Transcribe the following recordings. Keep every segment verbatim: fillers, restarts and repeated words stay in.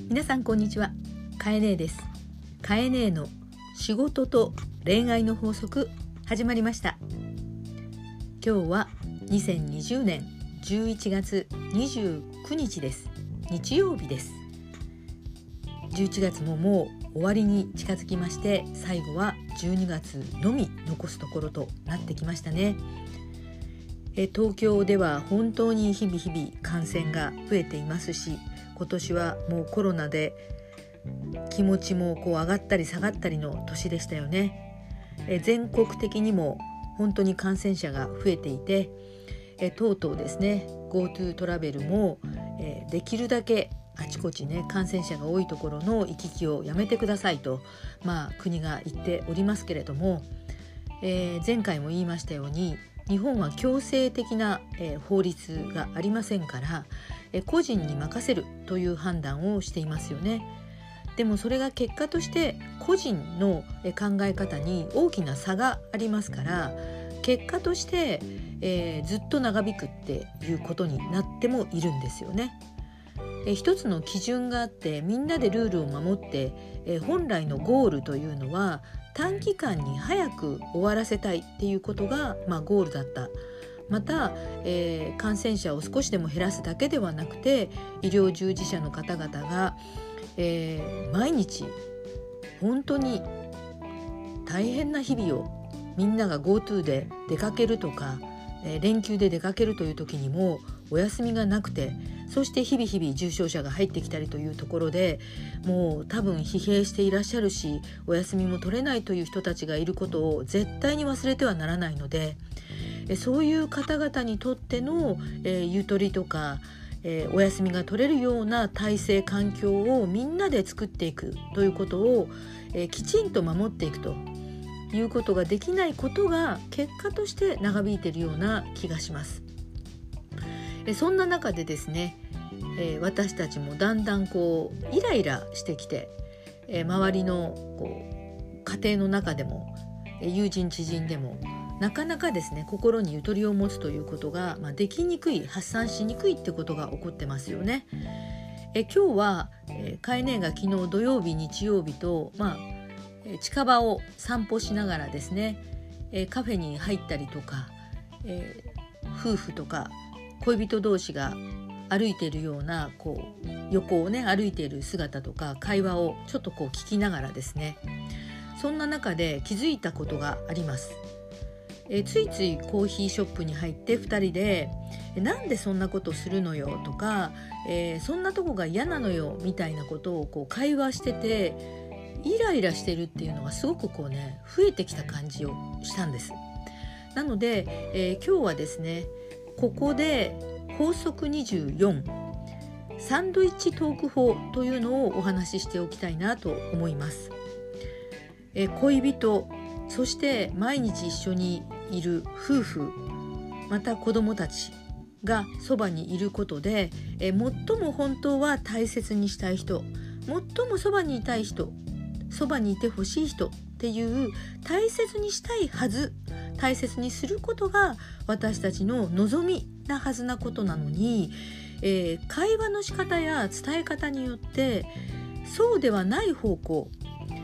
皆さんこんにちは。かえねえです。かえねえの仕事と恋愛の法則始まりました。今日はにせんにじゅうねんじゅういちがつにじゅうくにちです。日曜日です。じゅういちがつももう終わりに近づきまして、最後はじゅうにがつのみ残すところとなってきましたね。え東京では本当に日々日々感染が増えていますし、今年はもうコロナで気持ちもこう上がったり下がったりの年でしたよね。え全国的にも本当に感染者が増えていて、えとうとうですね GoTo トラベルも、えできるだけあちこちね感染者が多いところの行き来をやめてくださいと、まあ、国が言っておりますけれども、えー、前回も言いましたように日本は強制的な、えー、法律がありませんから、えー、個人に任せるという判断をしていますよね。でもそれが結果として個人の考え方に大きな差がありますから、結果として、えー、ずっと長引くっていうことになってもいるんですよね。えー、一つの基準があってみんなでルールを守って、えー、本来のゴールというのは短期間に早く終わらせたいっていうことが、まあ、ゴールだった。また、えー、感染者を少しでも減らすだけではなくて、医療従事者の方々が、えー、毎日本当に大変な日々をみんなが GoTo で出かけるとか、えー、連休で出かけるという時にもお休みがなくて、そして日々日々重症者が入ってきたりというところで、もう多分疲弊していらっしゃるし、お休みも取れないという人たちがいることを絶対に忘れてはならないので、えそういう方々にとっての、えー、ゆとりとか、えー、お休みが取れるような体制環境をみんなで作っていくということを、えー、きちんと守っていくということができないことが結果として長引いているような気がします。えそんな中でですね、えー、私たちもだんだんこうイライラしてきて、えー、周りのこう家庭の中でも、えー、友人知人でもなかなかですね心にゆとりを持つということが、まあ、できにくい、発散しにくいってことが起こってますよね。え今日は、えー、カエネが昨日土曜日日曜日と、まあえー、近場を散歩しながらですね、えー、カフェに入ったりとか、えー、夫婦とか恋人同士が歩いているようなこう横をね歩いている姿とか会話をちょっとこう聞きながらですね、そんな中で気づいたことがあります。えついついコーヒーショップに入ってふたりでなんでそんなことするのよとか、えー、そんなとこが嫌なのよみたいなことをこう会話してて、イライラしてるっていうのがすごくこうね増えてきた感じをしたんです。なので、えー、今日はですねここで法則にじゅうよん、サンドイッチトーク法というのをお話ししておきたいなと思います。え恋人、そして毎日一緒にいる夫婦、また子どもたちがそばにいることで、え最も本当は大切にしたい人、最もそばにいたい人、そばにいてほしい人っていう大切にしたいはず、大切にすることが私たちの望みなはずなことなのに、えー、会話の仕方や伝え方によってそうではない方向、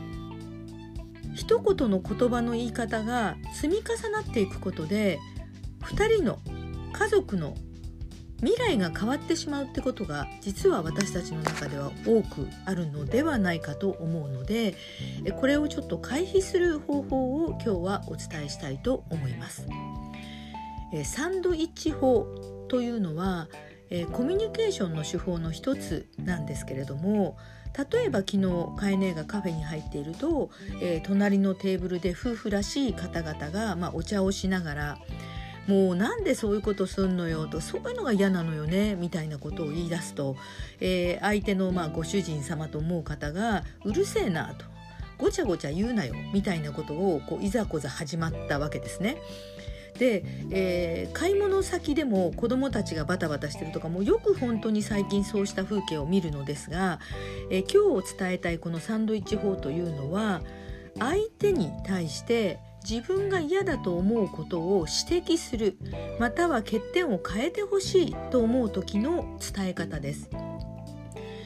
一言の言葉の言い方が積み重なっていくことでふたりの家族の未来が変わってしまうってことが実は私たちの中では多くあるのではないかと思うので、これをちょっと回避する方法を今日はお伝えしたいと思います。サンドイッチ法というのはコミュニケーションの手法の一つなんですけれども、例えば昨日カエネがカフェに入っていると、えー、隣のテーブルで夫婦らしい方々が、まあ、お茶をしながら、もうなんでそういうことすんのよと、そういうのが嫌なのよねみたいなことを言い出すと、えー、相手のまあご主人様と思う方がうるせえなと、ごちゃごちゃ言うなよみたいなことをこういざこざ始まったわけですね。で、えー、買い物先でも子どもたちがバタバタしてるとかもよく本当に最近そうした風景を見るのですが、えー、今日伝えたいこのサンドイッチ法というのは、相手に対して自分が嫌だと思うことを指摘する、または欠点を変えてほしいと思う時の伝え方です。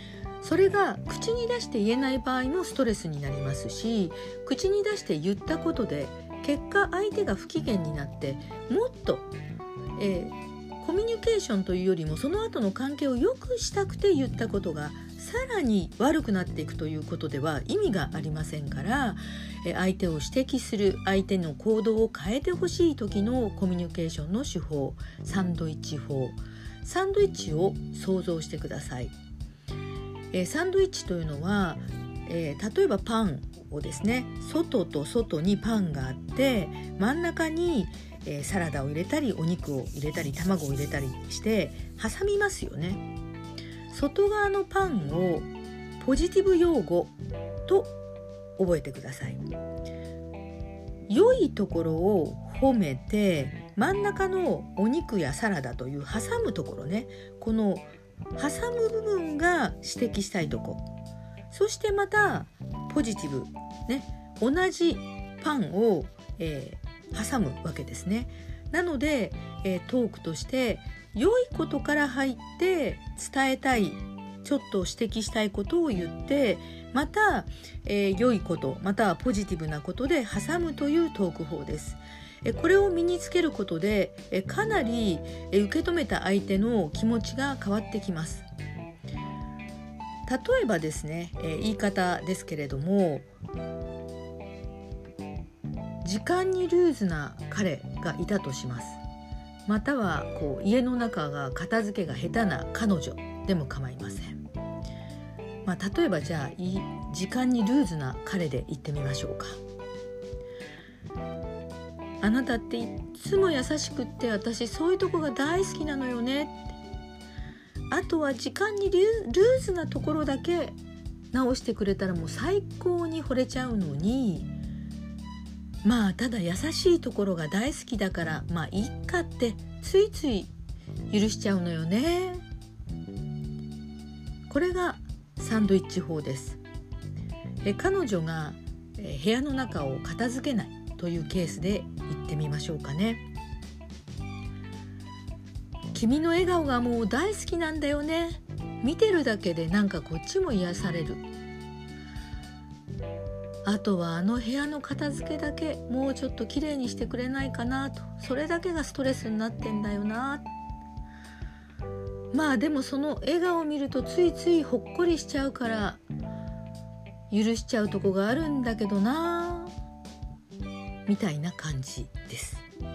それが口に出して言えない場合もストレスになりますし、口に出して言ったことで結果相手が不機嫌になってもっと、えー、コミュニケーションというよりもその後の関係を良くしたくて言ったことがさらに悪くなっていくということでは意味がありませんから、えー、相手を指摘する、相手の行動を変えてほしい時のコミュニケーションの手法、サンドイッチ法。サンドイッチを想像してください。えー、サンドイッチというのは、えー、例えばパンをですね、外と外にパンがあって真ん中に、えー、サラダを入れたりお肉を入れたり卵を入れたりして挟みますよね。外側のパンをポジティブ用語と覚えてください。良いところを褒めて、真ん中のお肉やサラダという挟むところね、この挟む部分が指摘したいとこ、そしてまたポジティブ、ね、同じパンを、えー、挟むわけですね。なので、えー、トークとして良いことから入って伝えたい、ちょっと指摘したいことを言って、また、えー、良いことまたはポジティブなことで挟むというトーク法です。これを身につけることでかなり受け止めた相手の気持ちが変わってきます。例えばですね、言い方ですけれども、時間にルーズな彼がいたとします。またはこう家の中が片付けが下手な彼女でも構いません。まあ、例えばじゃあ時間にルーズな彼で言ってみましょうか。あなたっていつも優しくって、私そういうとこが大好きなのよねって。あとは時間にルーズなところだけ直してくれたらもう最高に惚れちゃうのに、まあただ優しいところが大好きだからまあいっかってついつい許しちゃうのよね。これがサンドイッチ法です。え彼女がえ部屋の中を片付けないというケースで言ってみましょうかね。君の笑顔がもう大好きなんだよね。見てるだけでなんかこっちも癒される。あとはあの部屋の片付けだけもうちょっときれいにしてくれないかなと、それだけがストレスになってんだよな。まあでもその笑顔を見るとついついほっこりしちゃうから許しちゃうとこがあるんだけどな、みたいな感じです。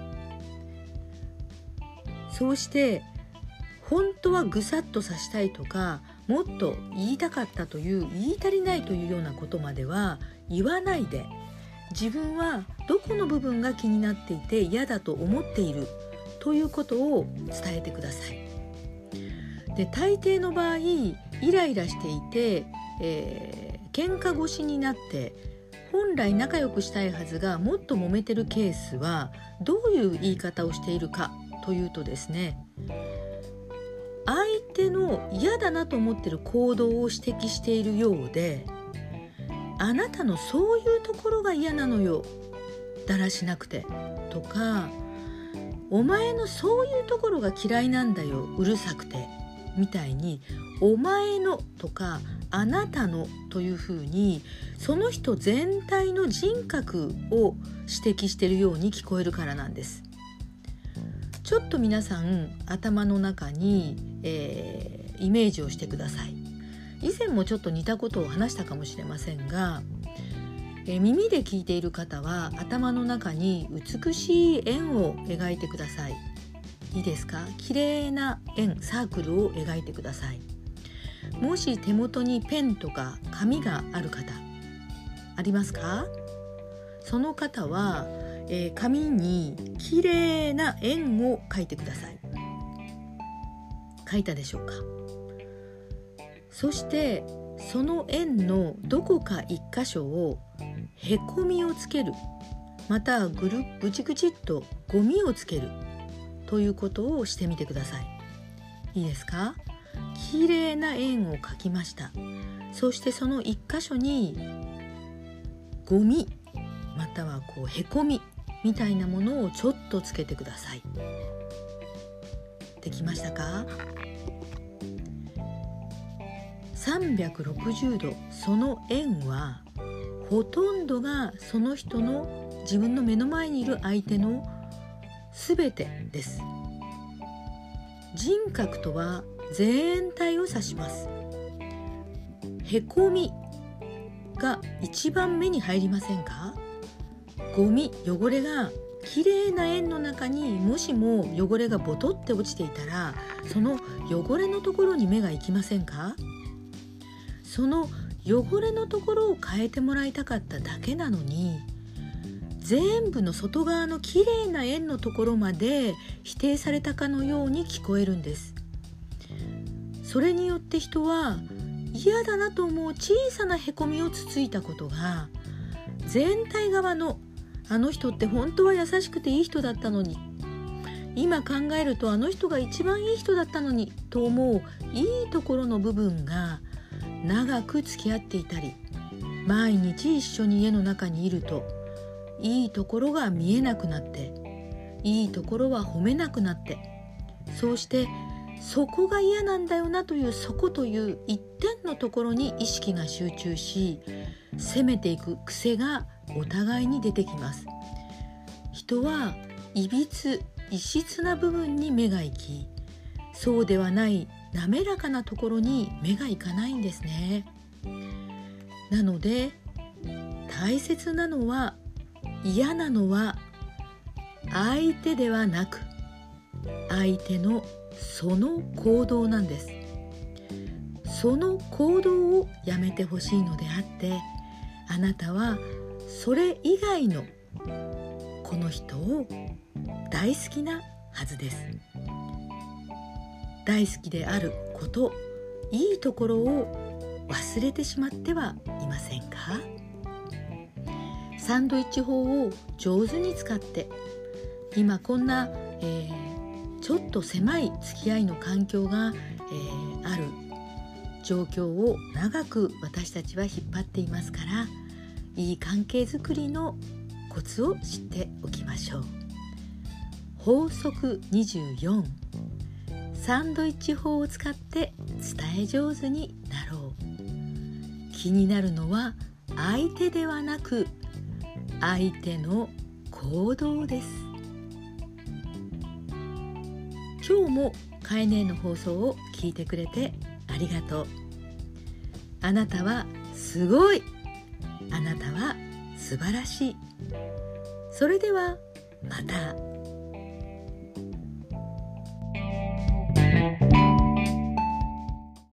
そうして本当はぐさっと刺したいとか、もっと言いたかったという言い足りないというようなことまでは言わないで、自分はどこの部分が気になっていて嫌だと思っているということを伝えてください。で、大抵の場合イライラしていて、えー、喧嘩越しになって本来仲良くしたいはずがもっと揉めてるケースはどういう言い方をしているかというとですね、相手の嫌だなと思っている行動を指摘しているようで、あなたのそういうところが嫌なのよ、だらしなくてとか、お前のそういうところが嫌いなんだよ、うるさくてみたいに、お前のとかあなたのというふうにその人全体の人格を指摘しているように聞こえるからなんです。ちょっと皆さん頭の中に、えー、イメージをしてください。以前もちょっと似たことを話したかもしれませんが、えー、耳で聞いている方は頭の中に美しい円を描いてください。いいですか？綺麗な円、サークルを描いてください。もし手元にペンとか紙がある方ありますか？その方は、えー、紙に綺麗な円を描いてください。描いたでしょうか？そしてその円のどこか一箇所をへこみをつける、またはぐるぐちぐちっとゴミをつけるということをしてみてください。いいですか？綺麗な円を描きました。そしてその一箇所にゴミまたはこうへこみみたいなものをちょっとつけてください。 さんびゃくろくじゅうどその円はほとんどがその人の自分の目の前にいる相手のすべてです。人格とは全体を指します。へこみが一番目に入りませんか？ゴミ、汚れがきれいな円の中にもしも汚れがボトって落ちていたら、その汚れのところに目が行きませんか？その汚れのところを変えてもらいたかっただけなのに、全部の外側のきれいな円のところまで否定されたかのように聞こえるんです。それによって人は嫌だなと思う小さなへこみをつついたことが、全体側のあの人って本当は優しくていい人だったのに、今考えるとあの人が一番いい人だったのにと思ういいところの部分が長く付き合っていたり、毎日一緒に家の中にいるといいところが見えなくなって、いいところは褒めなくなって、そうしてそこが嫌なんだよなというそこという一点のところに意識が集中し、責めていく癖がお互いに出てきます。人はいびつ異質な部分に目が行き、そうではない滑らかなところに目がいかないんですね。なので大切なのは、嫌なのは相手ではなく相手のその行動なんです。その行動をやめてほしいのであって、あなたはそれ以外のこの人を大好きなはずです。大好きであること、いいところを忘れてしまってはいませんか？サンドイッチ法を上手に使って、今こんな、えー、ちょっと狭い付き合いの環境が、えー、ある状況を長く私たちは引っ張っていますから、いい関係づくりのコツを知っておきましょう。法則にじゅうよん、サンドイッチ法を使って伝え上手になろう。気になるのは相手ではなく相手の行動です。今日もカエネの放送を聞いてくれてありがとう。あなたはすごい。あなたは素晴らしい。それではまた。